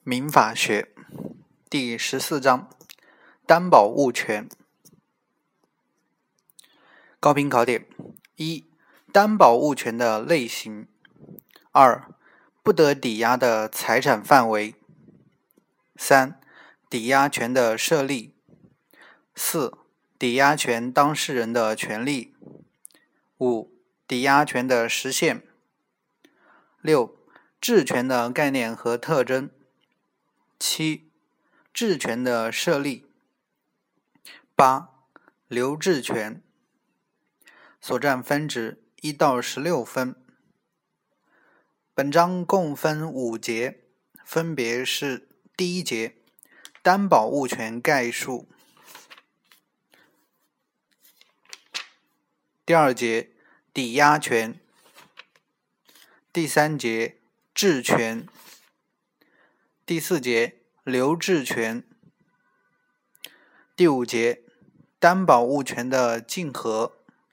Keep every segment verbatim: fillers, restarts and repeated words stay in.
民法学第十四章担保物权。高频考点：一、担保物权的类型；二、不得抵押的财产范围；三、抵押权的设立；四、抵押权当事人的权利；五、抵押权的实现；六、质权的概念和特征；七、质权的设立；八、留置权。所占分值一到十六分。本章共分五节，分别是：第一节，担保物权概述；第二节，抵押权；第三节，质权；第四节，留置权；第五节，担保物权的竞合。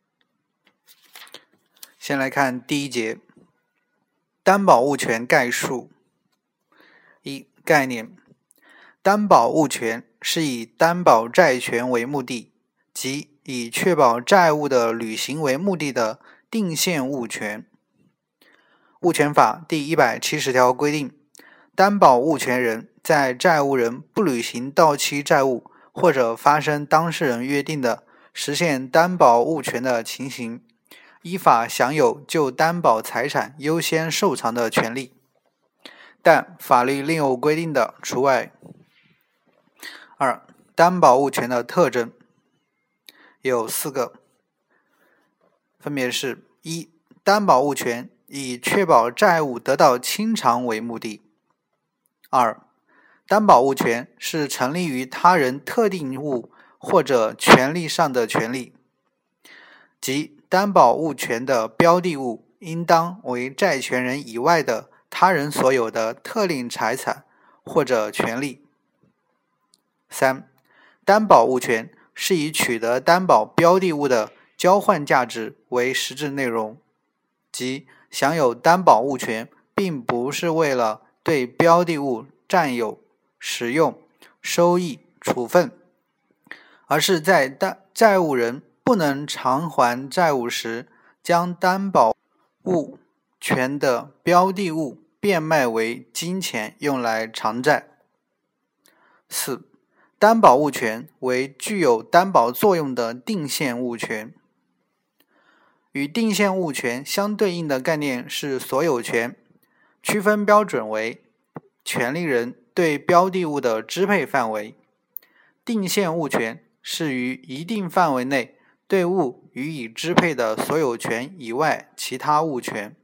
先来看第一节，担保物权概述。一、概念：担保物权是以担保债权为目的，即以确保债务的履行为目的的定限物权。物权法第一百七十条规定，担保物权人在债务人不履行到期债务或者发生当事人约定的实现担保物权的情形，依法享有就担保财产优先受偿的权利，但法律另有规定的除外。二、担保物权的特征有四个，分别是：一、担保物权以确保债务得到清偿为目的；二、担保物权是成立于他人特定物或者权利上的权利，即担保物权的标的物应当为债权人以外的他人所有的特定财产或者权利。三、担保物权是以取得担保标的物的交换价值为实质内容，即享有担保物权并不是为了对标的物占有、使用、收益、处分，而是在债务人不能偿还债务时，将担保物权的标的物变卖为金钱用来偿债。四、担保物权为具有担保作用的定限物权。与定限物权相对应的概念是所有权，区分标准为权利人对标的物的支配范围。定限物权是于一定范围内对物予以支配的所有权以外其他物权。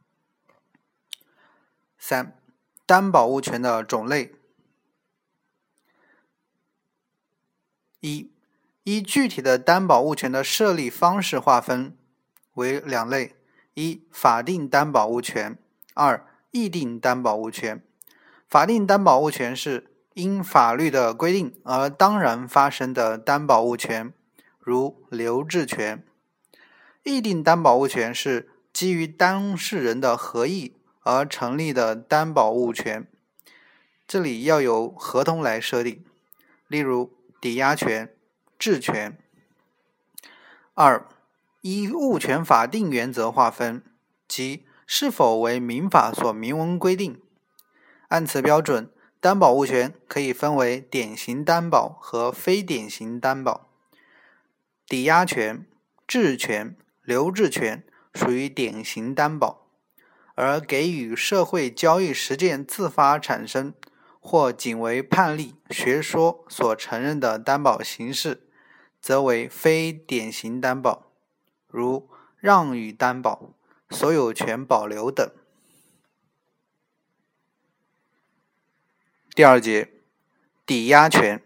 三、担保物权的种类。一、依具体的担保物权的设立方式划分为两类：一、法定担保物权；二、议定担保物权。法定担保物权是因法律的规定而当然发生的担保物权，如留置权。议定担保物权是基于当事人的合意而成立的担保物权，这里要由合同来设定，例如抵押权、质权。二、依物权法定原则划分，即是否为民法所明文规定。按此标准，担保物权可以分为典型担保和非典型担保。抵押权、质权、留置权属于典型担保，而给予社会交易实践自发产生或仅为判例、学说所承认的担保形式，则为非典型担保，如让与担保、所有权保留等。第二节，抵押权。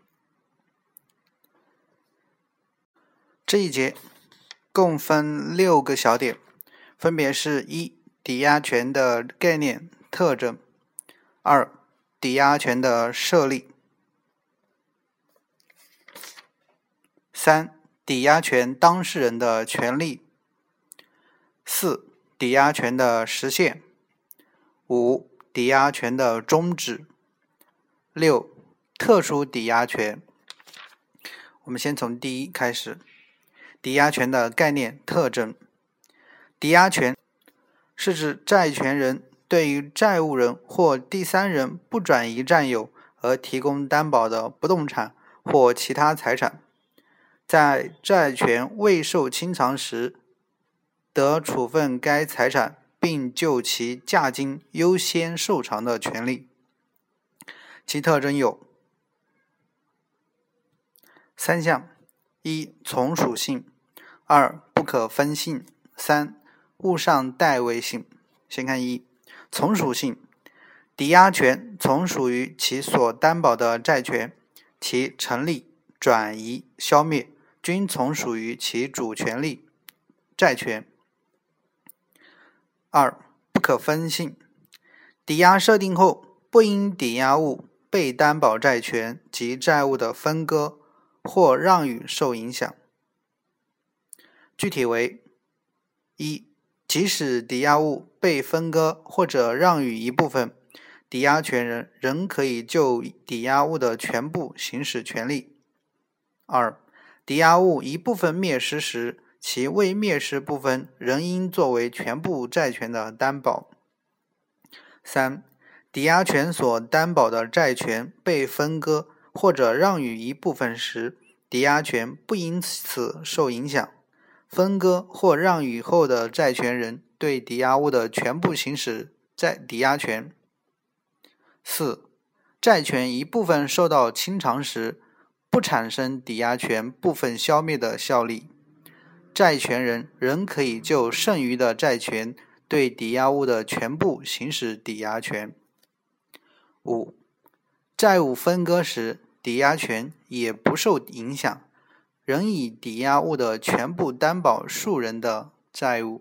这一节共分六个小点，分别是：一、抵押权的概念、特征；二、抵押权的设立；三、抵押权当事人的权利；四、抵押权的实现；五、抵押权的终止； 六、特殊抵押权。我们先从第一开始。抵押权的概念特征。抵押权是指债权人对于债务人或第三人不转移占有而提供担保的不动产或其他财产，在债权未受清偿时，得处分该财产并就其价金优先受偿的权利。其特征有三项：一、从属性；二、不可分性；三、物上代位性。先看一，从属性。抵押权从属于其所担保的债权，其成立、转移、消灭均从属于其主权利债权。二、不可分性。抵押设定后，不因抵押物、被担保债权及债务的分割或让与受影响。具体为：一、即使抵押物被分割或者让与一部分，抵押权人仍可以就抵押物的全部行使权利。二、抵押物一部分灭失时，其未灭失部分仍应作为全部债权的担保。三、抵押权所担保的债权被分割或者让与一部分时，抵押权不因此受影响。分割或让与后的债权人对抵押物的全部行使债抵押权。四、债权一部分受到清偿时，不产生抵押权部分消灭的效力，债权人仍可以就剩余的债权对抵押物的全部行使抵押权。五、债务分割时，抵押权也不受影响，仍以抵押物的全部担保数人的债务。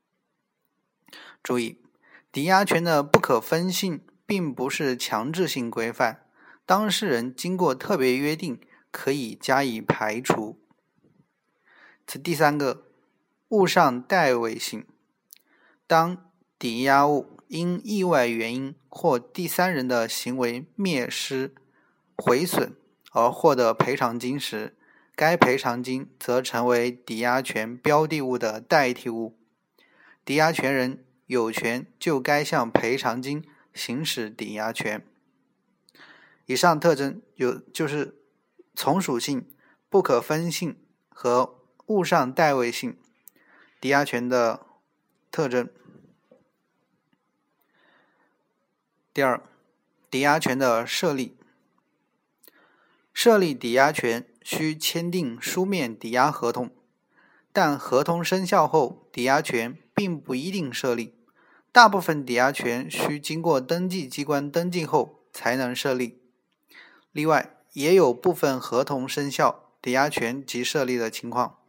注意，抵押权的不可分性并不是强制性规范，当事人经过特别约定可以加以排除。此第三个，物上代位性。当抵押物因意外原因或第三人的行为灭失、毁损而获得赔偿金时，该赔偿金则成为抵押权标的物的代替物，抵押权人有权就该项赔偿金行使抵押权。以上特征有就是从属性、不可分性和物上代位性，抵押权的特征。第二，抵押权的设立。设立抵押权需签订书面抵押合同，但合同生效后，抵押权并不一定设立。大部分抵押权需经过登记机关登记后才能设立。例外，也有部分合同生效，抵押权即设立的情况。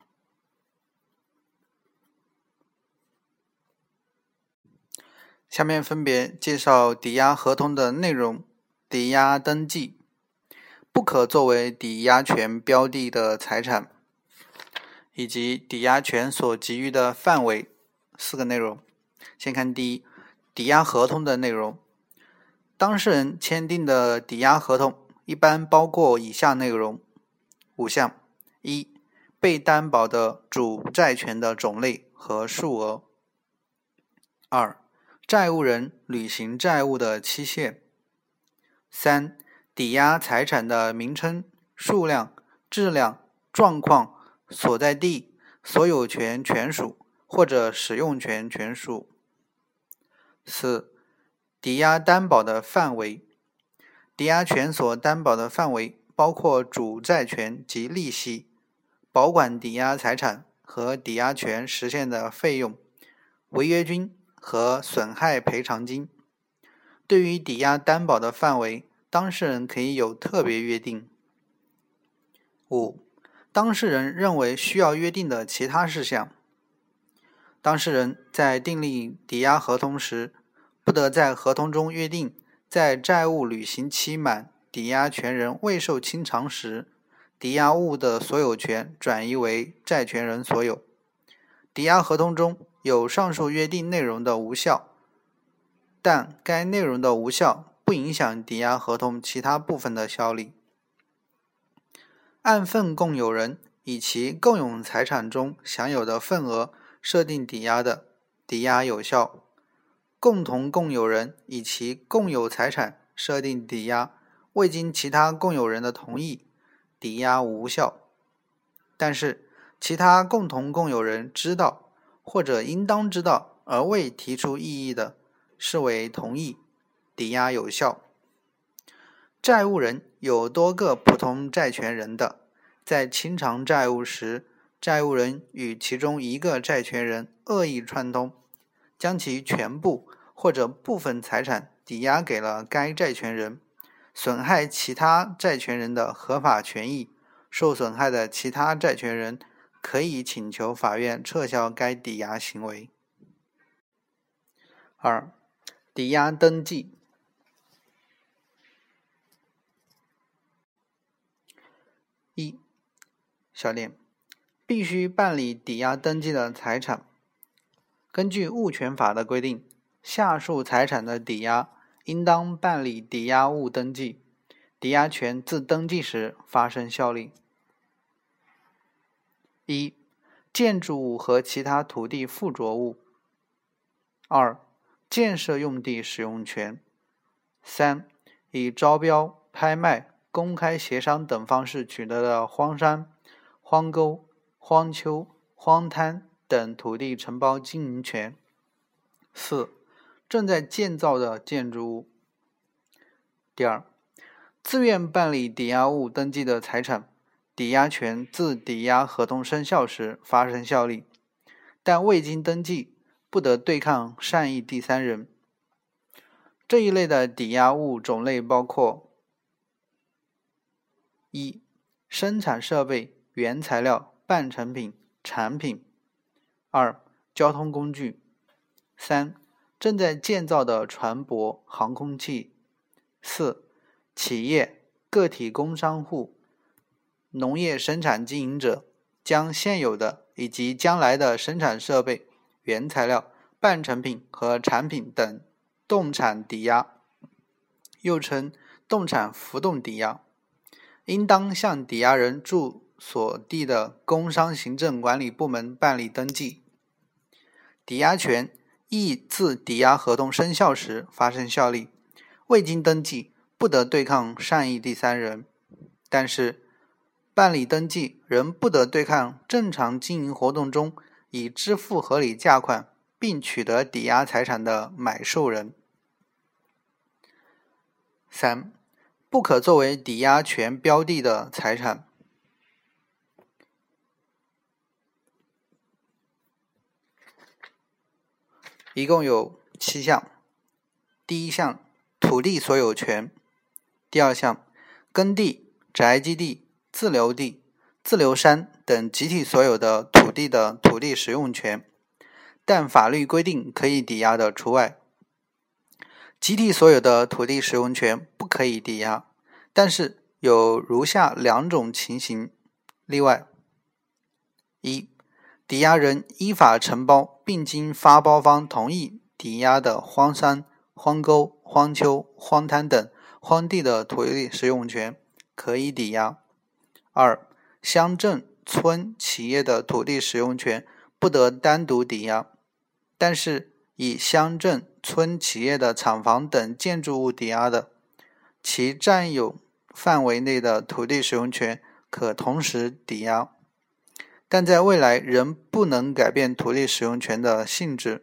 下面分别介绍抵押合同的内容、抵押登记、不可作为抵押权标的的财产，以及抵押权所给予的范围四个内容。先看第一，抵押合同的内容。当事人签订的抵押合同一般包括以下内容五项：一、被担保的主债权的种类和数额；二、债务人履行债务的期限；三、抵押财产的名称、数量、质量、状况、所在地、所有权权属或者使用权权属；四、抵押担保的范围。抵押权所担保的范围包括主债权及利息、保管抵押财产和抵押权实现的费用、违约金和损害赔偿金。对于抵押担保的范围，当事人可以有特别约定。五、当事人认为需要约定的其他事项。当事人在订立抵押合同时，不得在合同中约定，在债务履行期满、抵押权人未受清偿时，抵押物的所有权转移为债权人所有。抵押合同中有上述约定内容的无效，但该内容的无效不影响抵押合同其他部分的效力。按份共有人以其共有财产中享有的份额设定抵押的，抵押有效；共同共有人以其共有财产设定抵押，未经其他共有人的同意，抵押无效。但是其他共同共有人知道或者应当知道而未提出异议的，视为同意，抵押有效。债务人有多个普通债权人的，在清偿债务时，债务人与其中一个债权人恶意串通，将其全部或者部分财产抵押给了该债权人，损害其他债权人的合法权益，受损害的其他债权人可以请求法院撤销该抵押行为。二、抵押登记。一、小点，必须办理抵押登记的财产，根据物权法的规定，下述财产的抵押应当办理抵押物登记，抵押权自登记时发生效力。一、建筑物和其他土地附着物。二、建设用地使用权。三、以招标、拍卖、公开协商等方式取得的荒山、荒沟、荒丘、荒滩等土地承包经营权。四、正在建造的建筑物。第二，自愿办理抵押物登记的财产，抵押权自抵押合同生效时发生效力，但未经登记，不得对抗善意第三人。这一类的抵押物种类包括：一、生产设备、原材料、半成品、产品；二、交通工具；三、正在建造的船舶、航空器；四、企业、个体工商户、农业生产经营者将现有的以及将来的生产设备、原材料、半成品和产品等动产抵押，又称动产浮动抵押，应当向抵押人住所地的工商行政管理部门办理登记。抵押权亦自抵押合同生效时发生效力，未经登记，不得对抗善意第三人。但是办理登记仍不得对抗正常经营活动中已支付合理价款并取得抵押财产的买受人。三、不可作为抵押权标的的财产。一共有七项。第一项，土地所有权。第二项，耕地、宅基地、自留地、自留山等集体所有的土地的土地使用权，但法律规定可以抵押的除外。集体所有的土地使用权不可以抵押，但是有如下两种情形例外：一、抵押人依法承包并经发包方同意抵押的荒山、荒沟、荒丘、荒滩等荒地的土地使用权可以抵押。二、乡镇、村、企业的土地使用权不得单独抵押，但是以乡镇、村、企业的厂房等建筑物抵押的，其占有范围内的土地使用权可同时抵押，但在未来仍不能改变土地使用权的性质。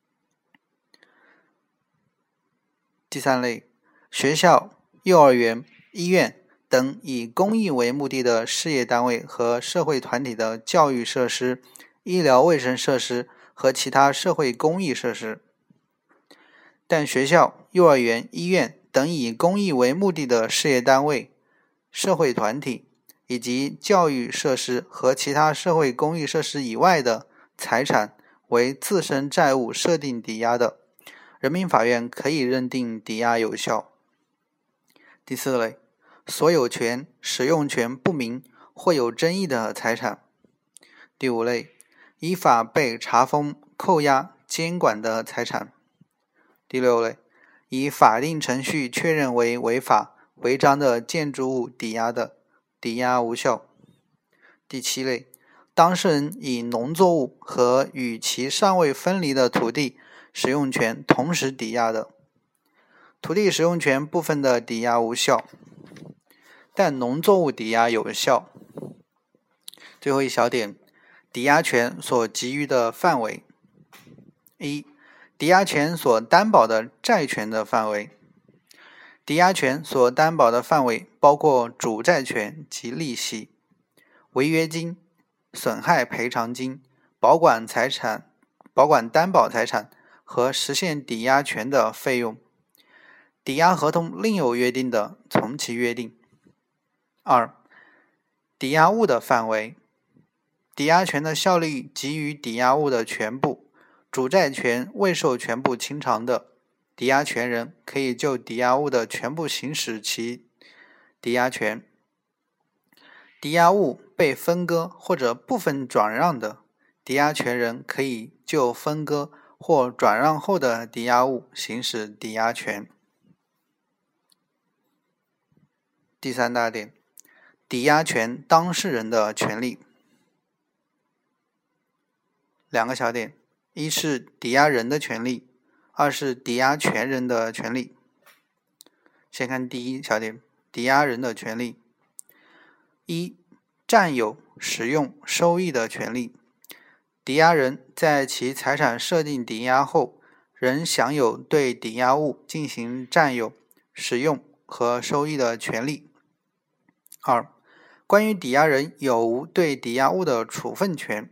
第三类，学校、幼儿园、医院等以公益为目的的事业单位和社会团体的教育设施、医疗卫生设施和其他社会公益设施。但学校、幼儿园、医院等以公益为目的的事业单位、社会团体以及教育设施和其他社会公益设施以外的财产为自身债务设定抵押的，人民法院可以认定抵押有效。第四类，所有权、使用权不明或有争议的财产。第五类，依法被查封、扣押、监管的财产。第六类， 以法定程序确认为违法违章的建筑物抵押的，抵押无效。第七类，当事人以农作物和与其尚未分离的土地使用权同时抵押的，土地使用权部分的抵押无效，但农作物抵押有效。最后一小点，抵押权所给予的范围。一、抵押权所担保的债权的范围。抵押权所担保的范围包括主债权及利息、违约金、损害赔偿金、保管财产、保管担保财产和实现抵押权的费用。抵押合同另有约定的，从其约定。二、抵押物的范围。抵押权的效力给予抵押物的全部，主债权未受全部清偿的，抵押权人可以就抵押物的全部行使其抵押权。抵押物被分割或者部分转让的，抵押权人可以就分割或转让后的抵押物行使抵押权。第三大点，抵押权当事人的权利。两个小点，一是抵押人的权利，二是抵押权人的权利。先看第一小点，抵押人的权利。一、占有、使用、收益的权利。抵押人在其财产设定抵押后，仍享有对抵押物进行占有、使用和收益的权利。二、关于抵押人有无对抵押物的处分权。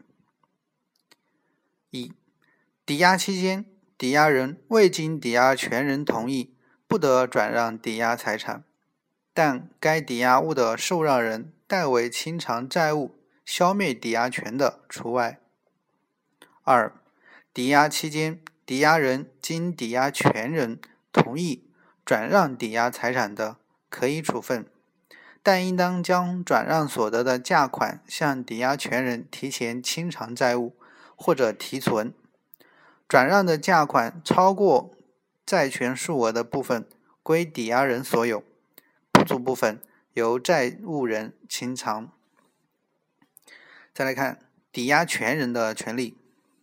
一、抵押期间，抵押人未经抵押权人同意，不得转让抵押财产，但该抵押物的受让人代为清偿债务、消灭抵押权的除外。二、抵押期间，抵押人经抵押权人同意转让抵押财产的，可以处分，但应当将转让所得的价款向抵押权人提前清偿债务或者提存。转让的价款超过债权数额的部分归抵押人所有，不足部分由债务人清偿。再来看抵押权人的权利，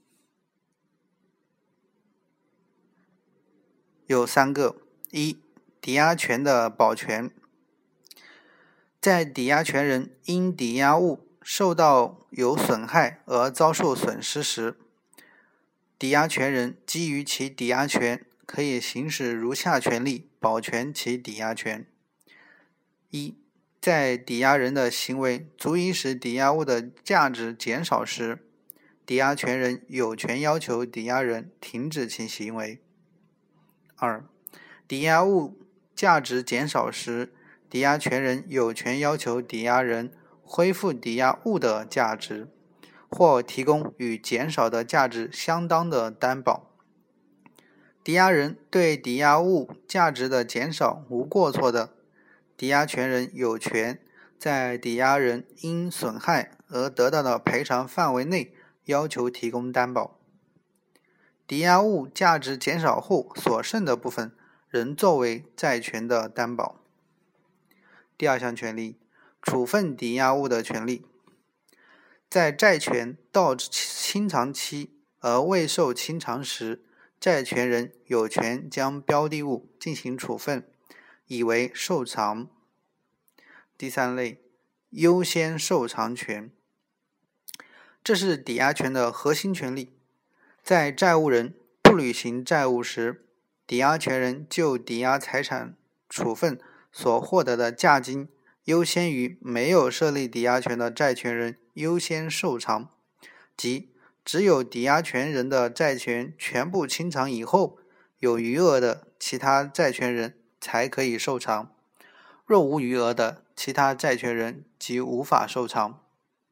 有三个。一、抵押权的保全。在抵押权人因抵押物受到有损害而遭受损失时，抵押权人基于其抵押权，可以行使如下权利保全其抵押权。一、在抵押人的行为足以使抵押物的价值减少时，抵押权人有权要求抵押人停止其行为。二、抵押物价值减少时，抵押权人有权要求抵押人恢复抵押物的价值，或提供与减少的价值相当的担保。抵押人对抵押物价值的减少无过错的，抵押权人有权在抵押人因损害而得到的赔偿范围内要求提供担保。抵押物价值减少后所剩的部分仍作为债权的担保。第二项权利，处分抵押物的权利。在债权到清偿期而未受清偿时，债权人有权将标的物进行处分，以为受偿。第三类，优先受偿权。这是抵押权的核心权利。在债务人不履行债务时，抵押权人就抵押财产处分所获得的价金，优先于没有设立抵押权的债权人优先受偿，即只有抵押权人的债权全部清偿以后，有余额的其他债权人才可以受偿，若无余额的其他债权人即无法受偿。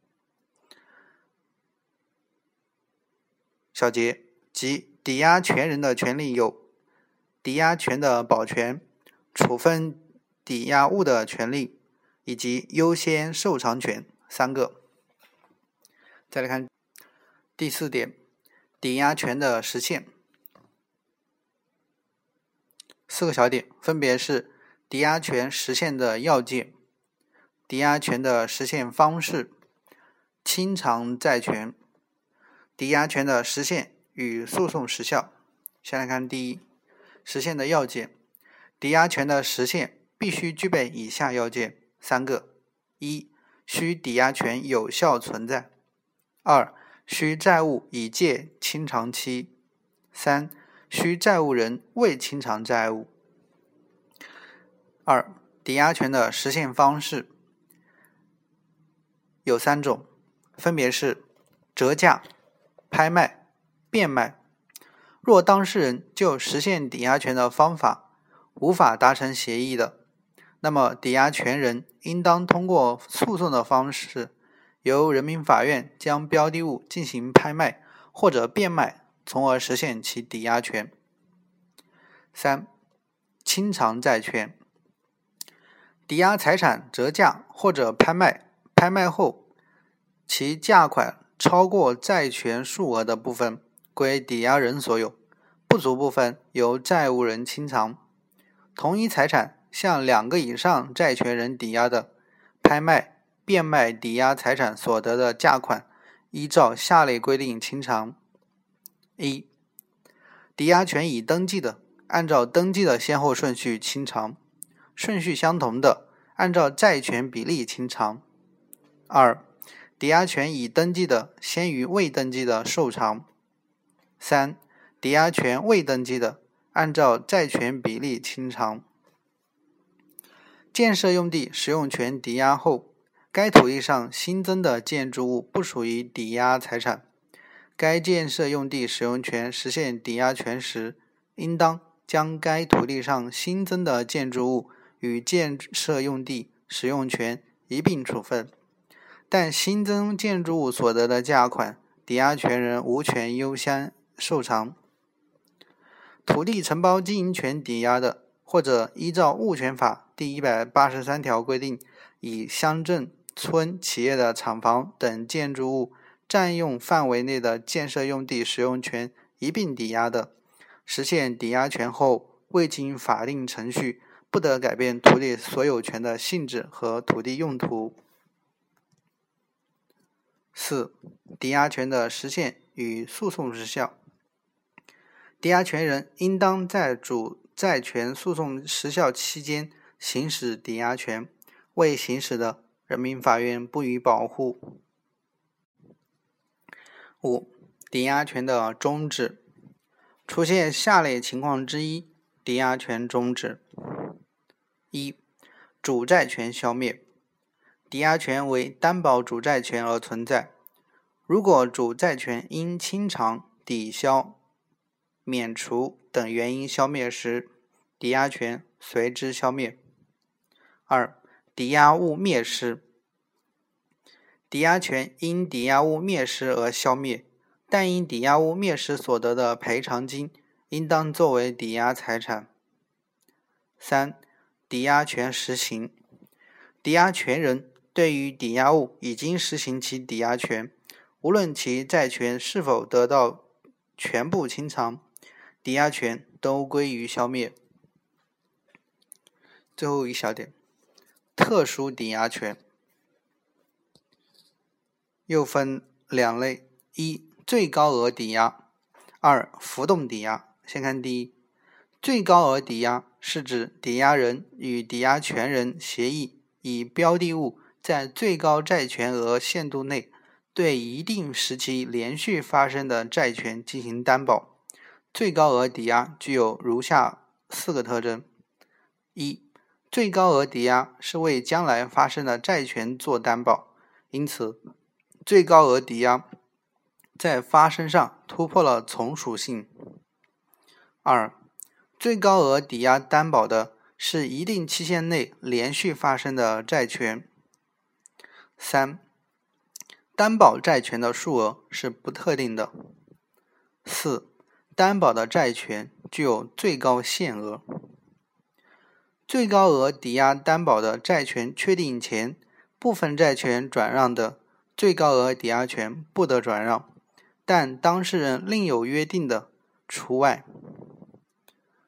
小节，即抵押权人的权利有抵押权的保全、处分抵押物的权利以及优先受偿权三个。再来看第四点，抵押权的实现。 四个小点分别是抵押权实现的要件、抵押权的实现方式、清偿债权、抵押权的实现与诉讼时效。先来看第一，实现的要件。抵押权的实现必须具备以下要件三个：一、需抵押权有效存在；二、需债务已届清偿期；三、需债务人未清偿债务。二、抵押权的实现方式有三种，分别是折价、拍卖、变卖。若当事人就实现抵押权的方法无法达成协议的，那么抵押权人应当通过诉讼的方式，由人民法院将标的物进行拍卖或者变卖，从而实现其抵押权。三、清偿债权。抵押财产折价或者拍卖，拍卖后其价款超过债权数额的部分归抵押人所有，不足部分由债务人清偿。同一财产向两个以上债权人抵押的，拍卖、变卖抵押财产所得的价款，依照下列规定清偿：一、抵押权已登记的，按照登记的先后顺序清偿，顺序相同的，按照债权比例清偿；二、抵押权已登记的，先于未登记的受偿；三、抵押权未登记的，按照债权比例清偿。建设用地使用权抵押后，该土地上新增的建筑物不属于抵押财产，该建设用地使用权实现抵押权时，应当将该土地上新增的建筑物与建设用地使用权一并处分，但新增建筑物所得的价款，抵押权人无权优先受偿。土地承包经营权抵押的，或者依照物权法第一百八十三条规定，以乡镇、村、企业的厂房等建筑物占用范围内的建设用地使用权一并抵押的，实现抵押权后未经法定程序，不得改变土地所有权的性质和土地用途。四、抵押权的实现与诉讼时效。抵押权人应当在主债权诉讼时效期间行使抵押权，未行使的，人民法院不予保护。五、抵押权的终止。出现下列情况之一，抵押权终止：一、主债权消灭。抵押权为担保主债权而存在，如果主债权因清偿、抵销、免除等原因消灭时，抵押权随之消灭。二、抵押物灭失。抵押权因抵押物灭失而消灭，但因抵押物灭失所得的赔偿金，应当作为抵押财产。三、抵押权实行。抵押权人对于抵押物已经实行其抵押权，无论其债权是否得到全部清偿，抵押权都归于消灭。最后一小点，特殊抵押权又分两类：一、最高额抵押；二、浮动抵押。先看第一，最高额抵押是指抵押人与抵押权人协议，以标的物在最高债权额限度内对一定时期连续发生的债权进行担保。最高额抵押具有如下四个特征：一、最高额抵押是为将来发生的债权做担保，因此最高额抵押在发生上突破了从属性。二、最高额抵押担保的是一定期限内连续发生的债权。三、担保债权的数额是不特定的。四、担保的债权具有最高限额。最高额抵押担保的债权确定前，部分债权转让的，最高额抵押权不得转让，但当事人另有约定的除外。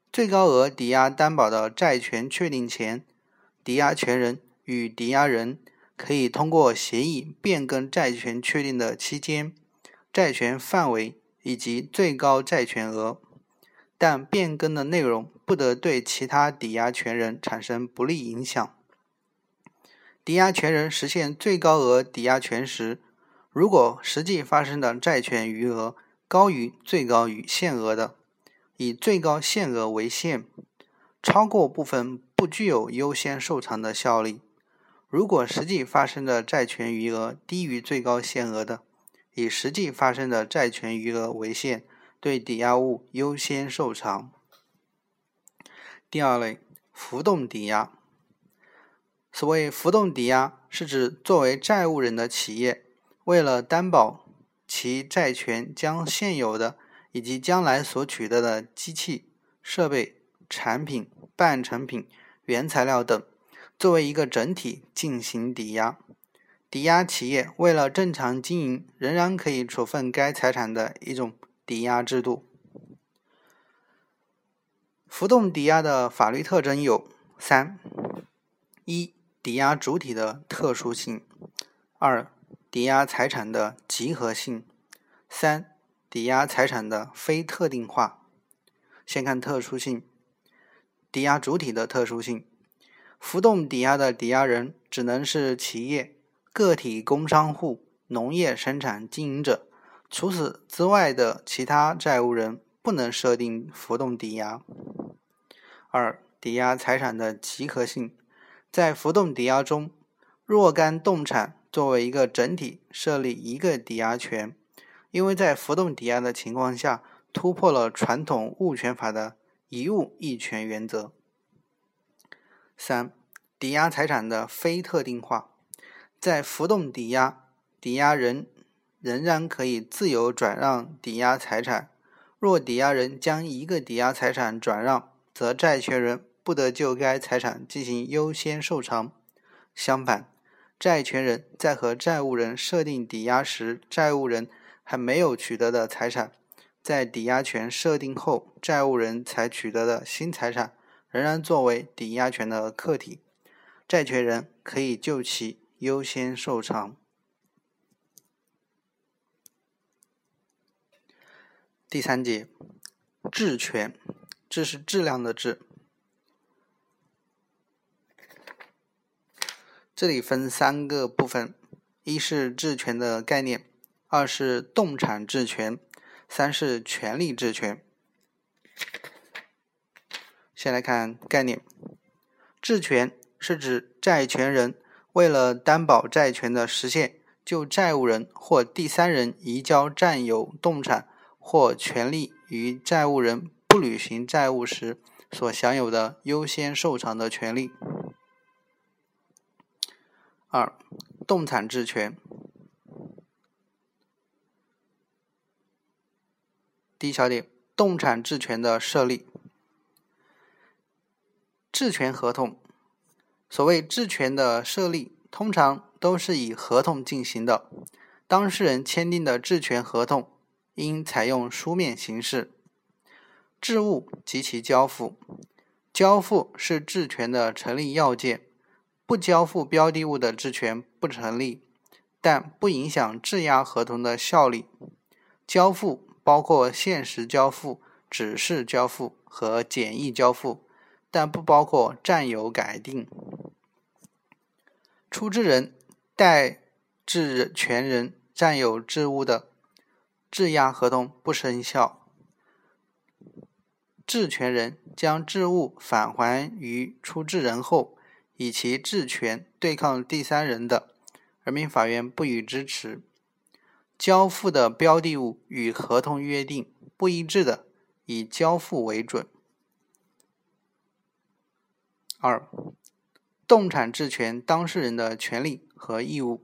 最高额抵押担保的债权确定前，抵押权人与抵押人可以通过协议变更债权确定的期间、债权范围以及最高债权额，但变更的内容不得对其他抵押权人产生不利影响。抵押权人实现最高额抵押权时，如果实际发生的债权余额高于最高限额的，以最高限额为限，超过部分不具有优先受偿的效力。如果实际发生的债权余额低于最高限额的，以实际发生的债权余额为限，对抵押物优先受偿。第二类，浮动抵押。所谓浮动抵押，是指作为债务人的企业，为了担保其债权将现有的以及将来所取得的机器、设备、产品、半成品、原材料等，作为一个整体进行抵押。抵押企业为了正常经营，仍然可以处分该财产的一种抵押制度。浮动抵押的法律特征有三：一、抵押主体的特殊性；二、抵押财产的集合性；三、抵押财产的非特定化。先看特殊性。抵押主体的特殊性，浮动抵押的抵押人只能是企业、个体工商户、农业生产经营者，除此之外的其他债务人不能设定浮动抵押。二、抵押财产的集合性，在浮动抵押中，若干动产作为一个整体设立一个抵押权，因为在浮动抵押的情况下突破了传统物权法的一物一权原则。三、抵押财产的非特定化，在浮动抵押，抵押人仍然可以自由转让抵押财产，若抵押人将一个抵押财产转让，则债权人不得就该财产进行优先受偿。相反，债权人在和债务人设定抵押时，债务人还没有取得的财产，在抵押权设定后，债务人才取得的新财产，仍然作为抵押权的客体，债权人可以就其优先受偿。第三节，质权。质是质量的质。这里分三个部分：一是质权的概念，二是动产质权，三是权利质权。先来看概念。质权是指债权人为了担保债权的实现，就债务人或第三人移交占有动产或权利于债务人不履行债务时所享有的优先受偿的权利。二、动产质权。第一小点，动产质权的设立。质权合同，所谓质权的设立，通常都是以合同进行的。当事人签订的质权合同应采用书面形式。质物及其交付，交付是质权的成立要件，不交付标的物的质权不成立，但不影响质押合同的效力。交付包括限时交付、指示交付和简易交付，但不包括占有改定。出质人代质权人占有质物的质押合同不生效。质权人将质物返还于出质人后，以其质权对抗第三人的，人民法院不予支持。交付的标的物与合同约定不一致的，以交付为准。二、动产质权当事人的权利和义务。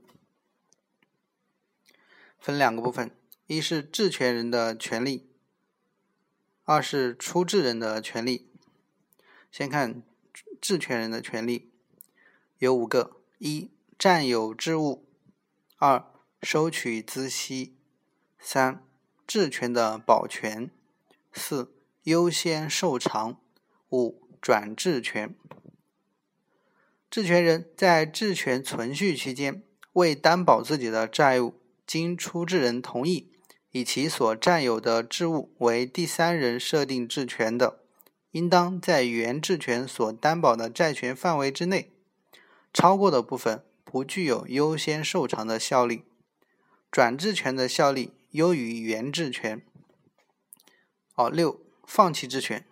分两个部分，一是质权人的权利，二是出质人的权利。先看质权人的权利，有五个：一、占有质物；二、收取孳息；三、质权的保全；四、优先受偿； 五、转质权。质权人在质权存续期间，为担保自己的债务，经出质人同意，以其所占有的质物为第三人设定质权的，应当在原质权所担保的债权范围之内，超过的部分不具有优先受偿的效力。转质权的效力优于原质权。哦，六、放弃质权。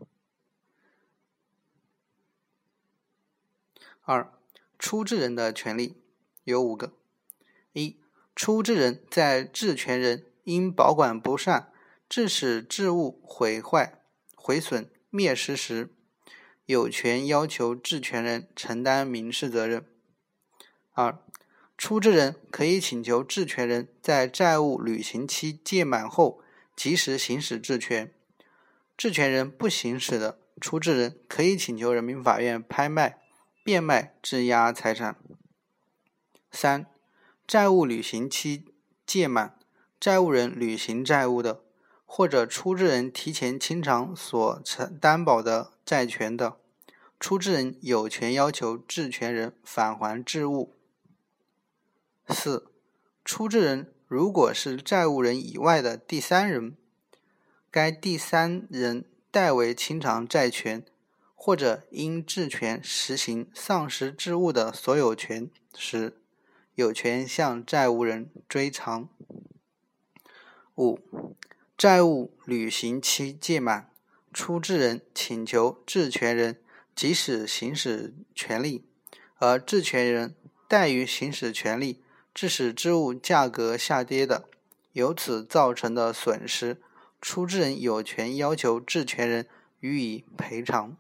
二、出质人的权利有五个。一、出质人在质权人因保管不善，致使质物毁坏、毁损、灭失时，有权要求质权人承担民事责任。二、出质人可以请求质权人在债务履行期届满后及时行使质权。质权人不行使的，出质人可以请求人民法院拍卖、变卖质押财产。三、债务履行期届满，债务人履行债务的，或者出质人提前清偿所担保的债权的，出质人有权要求质权人返还质物。四、出质人如果是债务人以外的第三人，该第三人代为清偿债权，或者因质权实行丧失质物的所有权时，有权向债务人追偿。五、债务履行期届满，出质人请求质权人即使行使权利，而质权人怠于行使权利，致使质物价格下跌的，由此造成的损失，出质人有权要求质权人予以赔偿。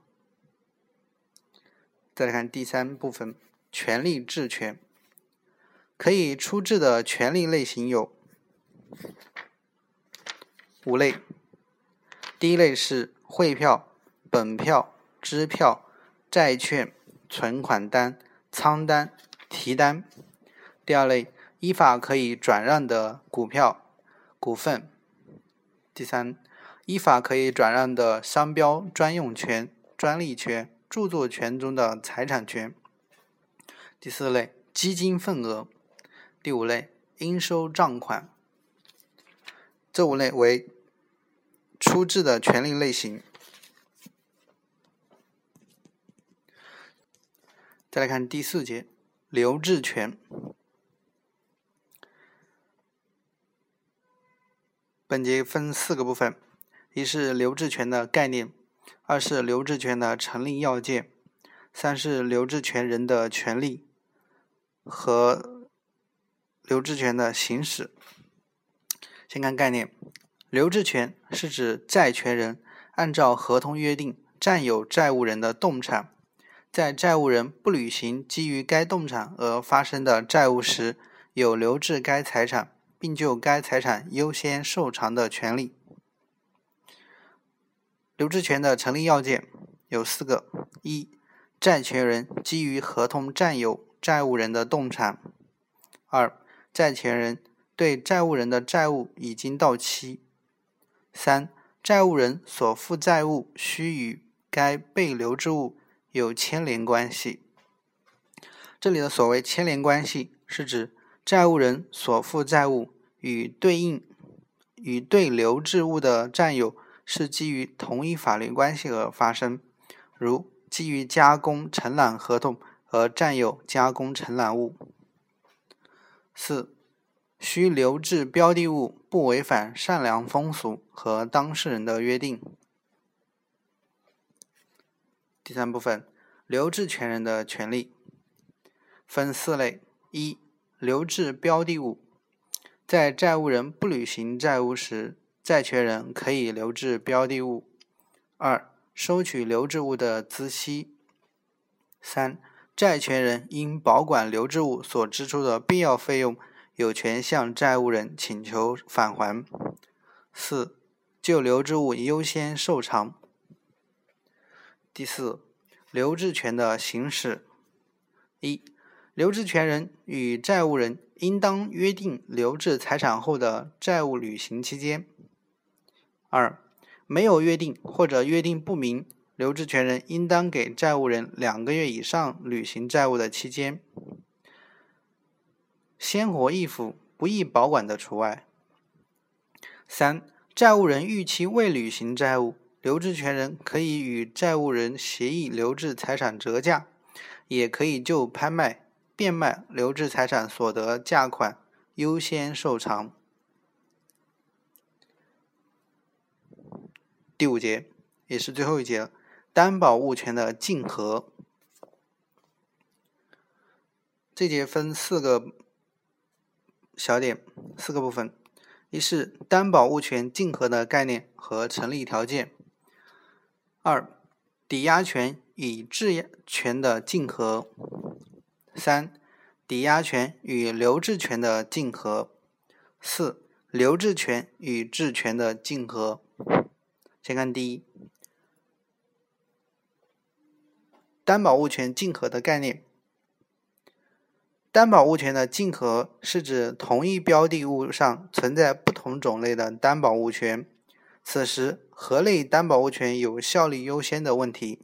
再来看第三部分，权利质权。可以出质的权利类型有五类。第一类是汇票、本票、支票、债券、存款单、仓单、提单。第二类，依法可以转让的股票、股份。第三，依法可以转让的商标专用权、专利权、著作权中的财产权。第四类，基金份额。第五类，应收账款。这五类为出质的权利类型。再来看第四节，留置权。本节分四个部分，一是留置权的概念，二是留置权的成立要件，三是留置权人的权利和留置权的行使。先看概念，留置权是指债权人按照合同约定占有债务人的动产，在债务人不履行基于该动产而发生的债务时，有留置该财产，并就该财产优先受偿的权利。留置权的成立要件有四个：一、债权人基于合同占有债务人的动产；二、债权人对债务人的债务已经到期；三、债务人所负债务须与该被留置物有牵连关系。这里的所谓牵连关系，是指债务人所负债务与对应与对留置物的占有是基于同一法律关系而发生，如基于加工承揽合同而占有加工承揽物。四、需留置标的物不违反善良风俗和当事人的约定。第三部分，留置权人的权利分四类：一、留置标的物。在债务人不履行债务时，债权人可以留置标的物。二、收取留置物的孳息。三、债权人因保管留置物所支出的必要费用，有权向债务人请求返还。四、就留置物优先受偿。第四，留置权的行使。一、留置权人与债务人应当约定留置财产后的债务履行期间。二、没有约定或者约定不明， 留置权人应当给债务人两个月以上履行债务的期间。鲜活易付、不易保管的除外。三、债务人逾期未履行债务，留置权人可以与债务人协议留置财产折价，也可以就拍卖、变卖留置财产所得价款优先受偿。第五节，也是最后一节了，担保物权的竞合。这节分四个小点，四个部分。一是担保物权竞合的概念和成立条件。二、抵押权与质权的竞合。三、抵押权与留置权的竞合。四、留置权与质权的竞合。先看第一，担保物权竞合的概念。担保物权的竞合是指同一标的物上存在不同种类的担保物权，此时何类担保物权有效力优先的问题。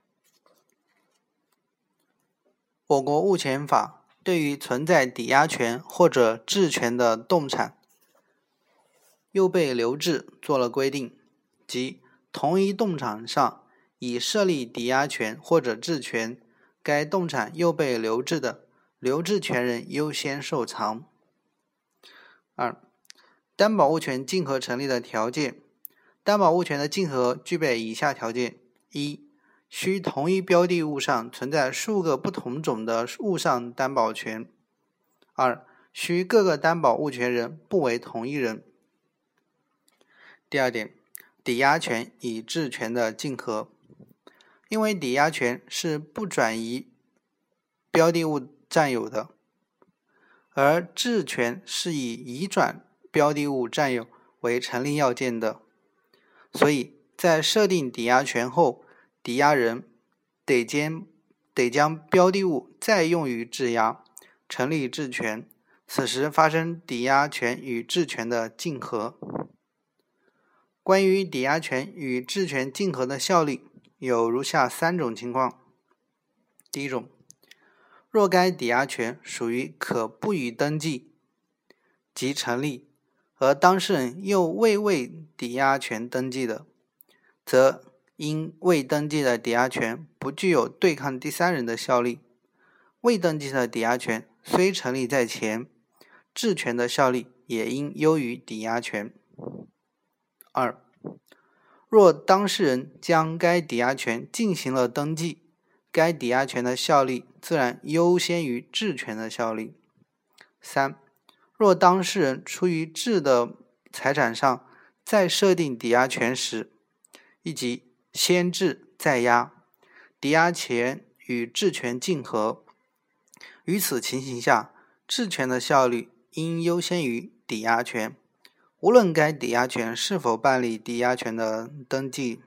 我国物权法对于存在抵押权或者质权的动产又被留置做了规定，即同一动产上已设立抵押权或者质权，该动产又被留置的，留置权人优先受偿。二、担保物权竞合成立的条件。担保物权的竞合具备以下条件：一、需同一标的物上存在数个不同种的物上担保权；二、需各个担保物权人不为同一人。第二点，抵押权与质权的竞合。因为抵押权是不转移标的物占有的，而质权是以移转标的物占有为成立要件的，所以在设定抵押权后，抵押人得将得将标的物再用于质押，成立质权，此时发生抵押权与质权的竞合。关于抵押权与质权竞合的效力，有如下三种情况。第一种，若该抵押权属于可不予登记即成立，而当事人又未为抵押权登记的，则因未登记的抵押权不具有对抗第三人的效力，未登记的抵押权虽成立在前，质权的效力也应优于抵押权。二、若当事人将该抵押权进行了登记，该抵押权的效力自然优先于质权的效力。三、若当事人出于质的财产上再设定抵押权时，以及先质再押，抵押权与质权竞合，于此情形下，质权的效力应优先于抵押权，无论该抵押权是否办理抵押权的登记。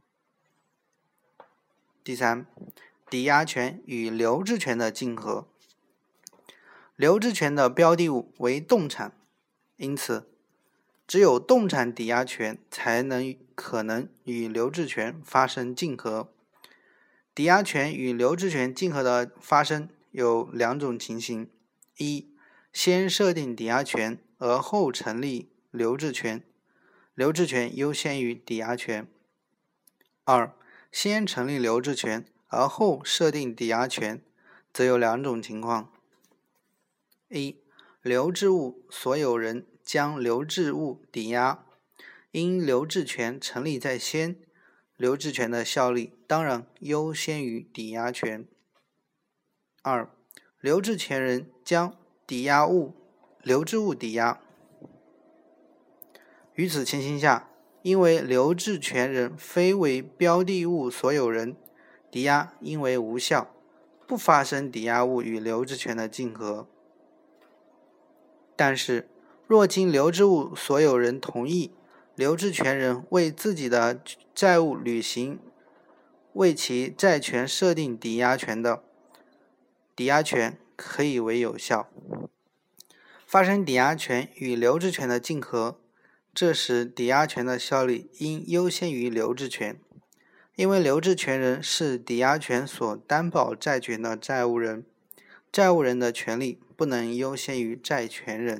第三，抵押权与留置权的竞合。留置权的标的物为动产，因此只有动产抵押权才能可能与留置权发生竞合。抵押权与留置权竞合的发生有两种情形：一、先设定抵押权而后成立留置权，留置权优先于抵押权；二、先成立留置权而后设定抵押权，则有两种情况：一、留置物所有人将留置物抵押，因留置权成立在先，留置权的效力当然优先于抵押权。二、留置权人将抵押物留置物抵押，于此情形下，因为留置权人非为标的物所有人，抵押因为无效，不发生抵押物与留置权的竞合。但是若经留置物所有人同意，留置权人为自己的债务履行为其债权设定抵押权的，抵押权可以为有效。发生抵押权与留置权的竞合，这时抵押权的效力应优先于留置权， 因为留置权人是抵押权所担保债权的债务人，债务人的权利不能优先于债权人。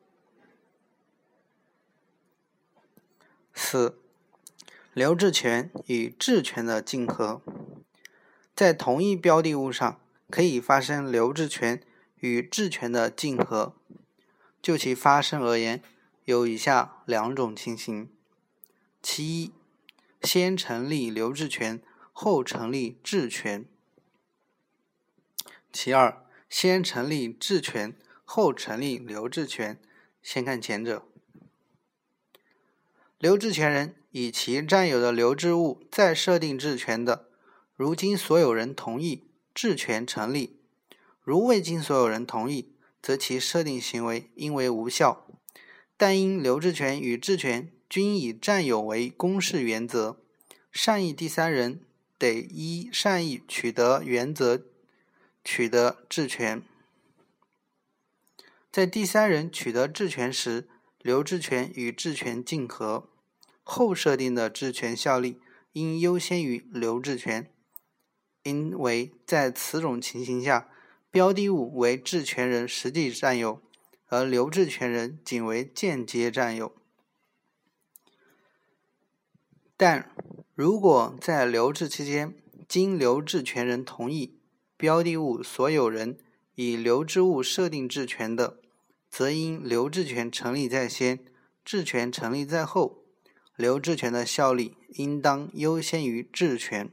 四、留置权与质权的竞合。在同一标的物上可以发生留置权与质权的竞合，就其发生而言，有以下两种情形：其一，先成立留置权，后成立质权；其二，先成立质权，后成立留置权。先看前者。留置权人以其占有的留置物再设定质权的，如经所有人同意，质权成立；如未经所有人同意，则其设定行为应为无效。但因留置权与质权均以占有为公示原则，善意第三人得依善意取得原则取得质权。在第三人取得质权时，留置权与质权竞合，后设定的质权效力应优先于留置权，因为在此种情形下，标的物为质权人实际占有，而留置权人仅为间接占有。但如果在留置期间经留置权人同意，标的物所有人以留置物设定质权的，则因留置权成立在先，质权成立在后，留置权的效力应当优先于质权。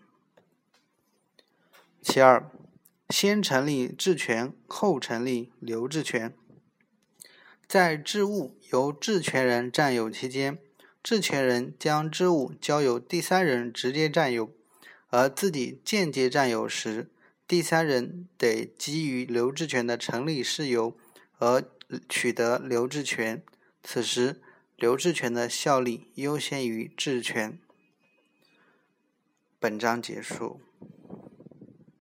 其二，先成立质权，后成立留置权。在质物由质权人占有期间，质权人将质物交由第三人直接占有，而自己间接占有时，第三人得基于留置权的成立事由而取得留置权，此时留置权的效力优先于质权。本章结束。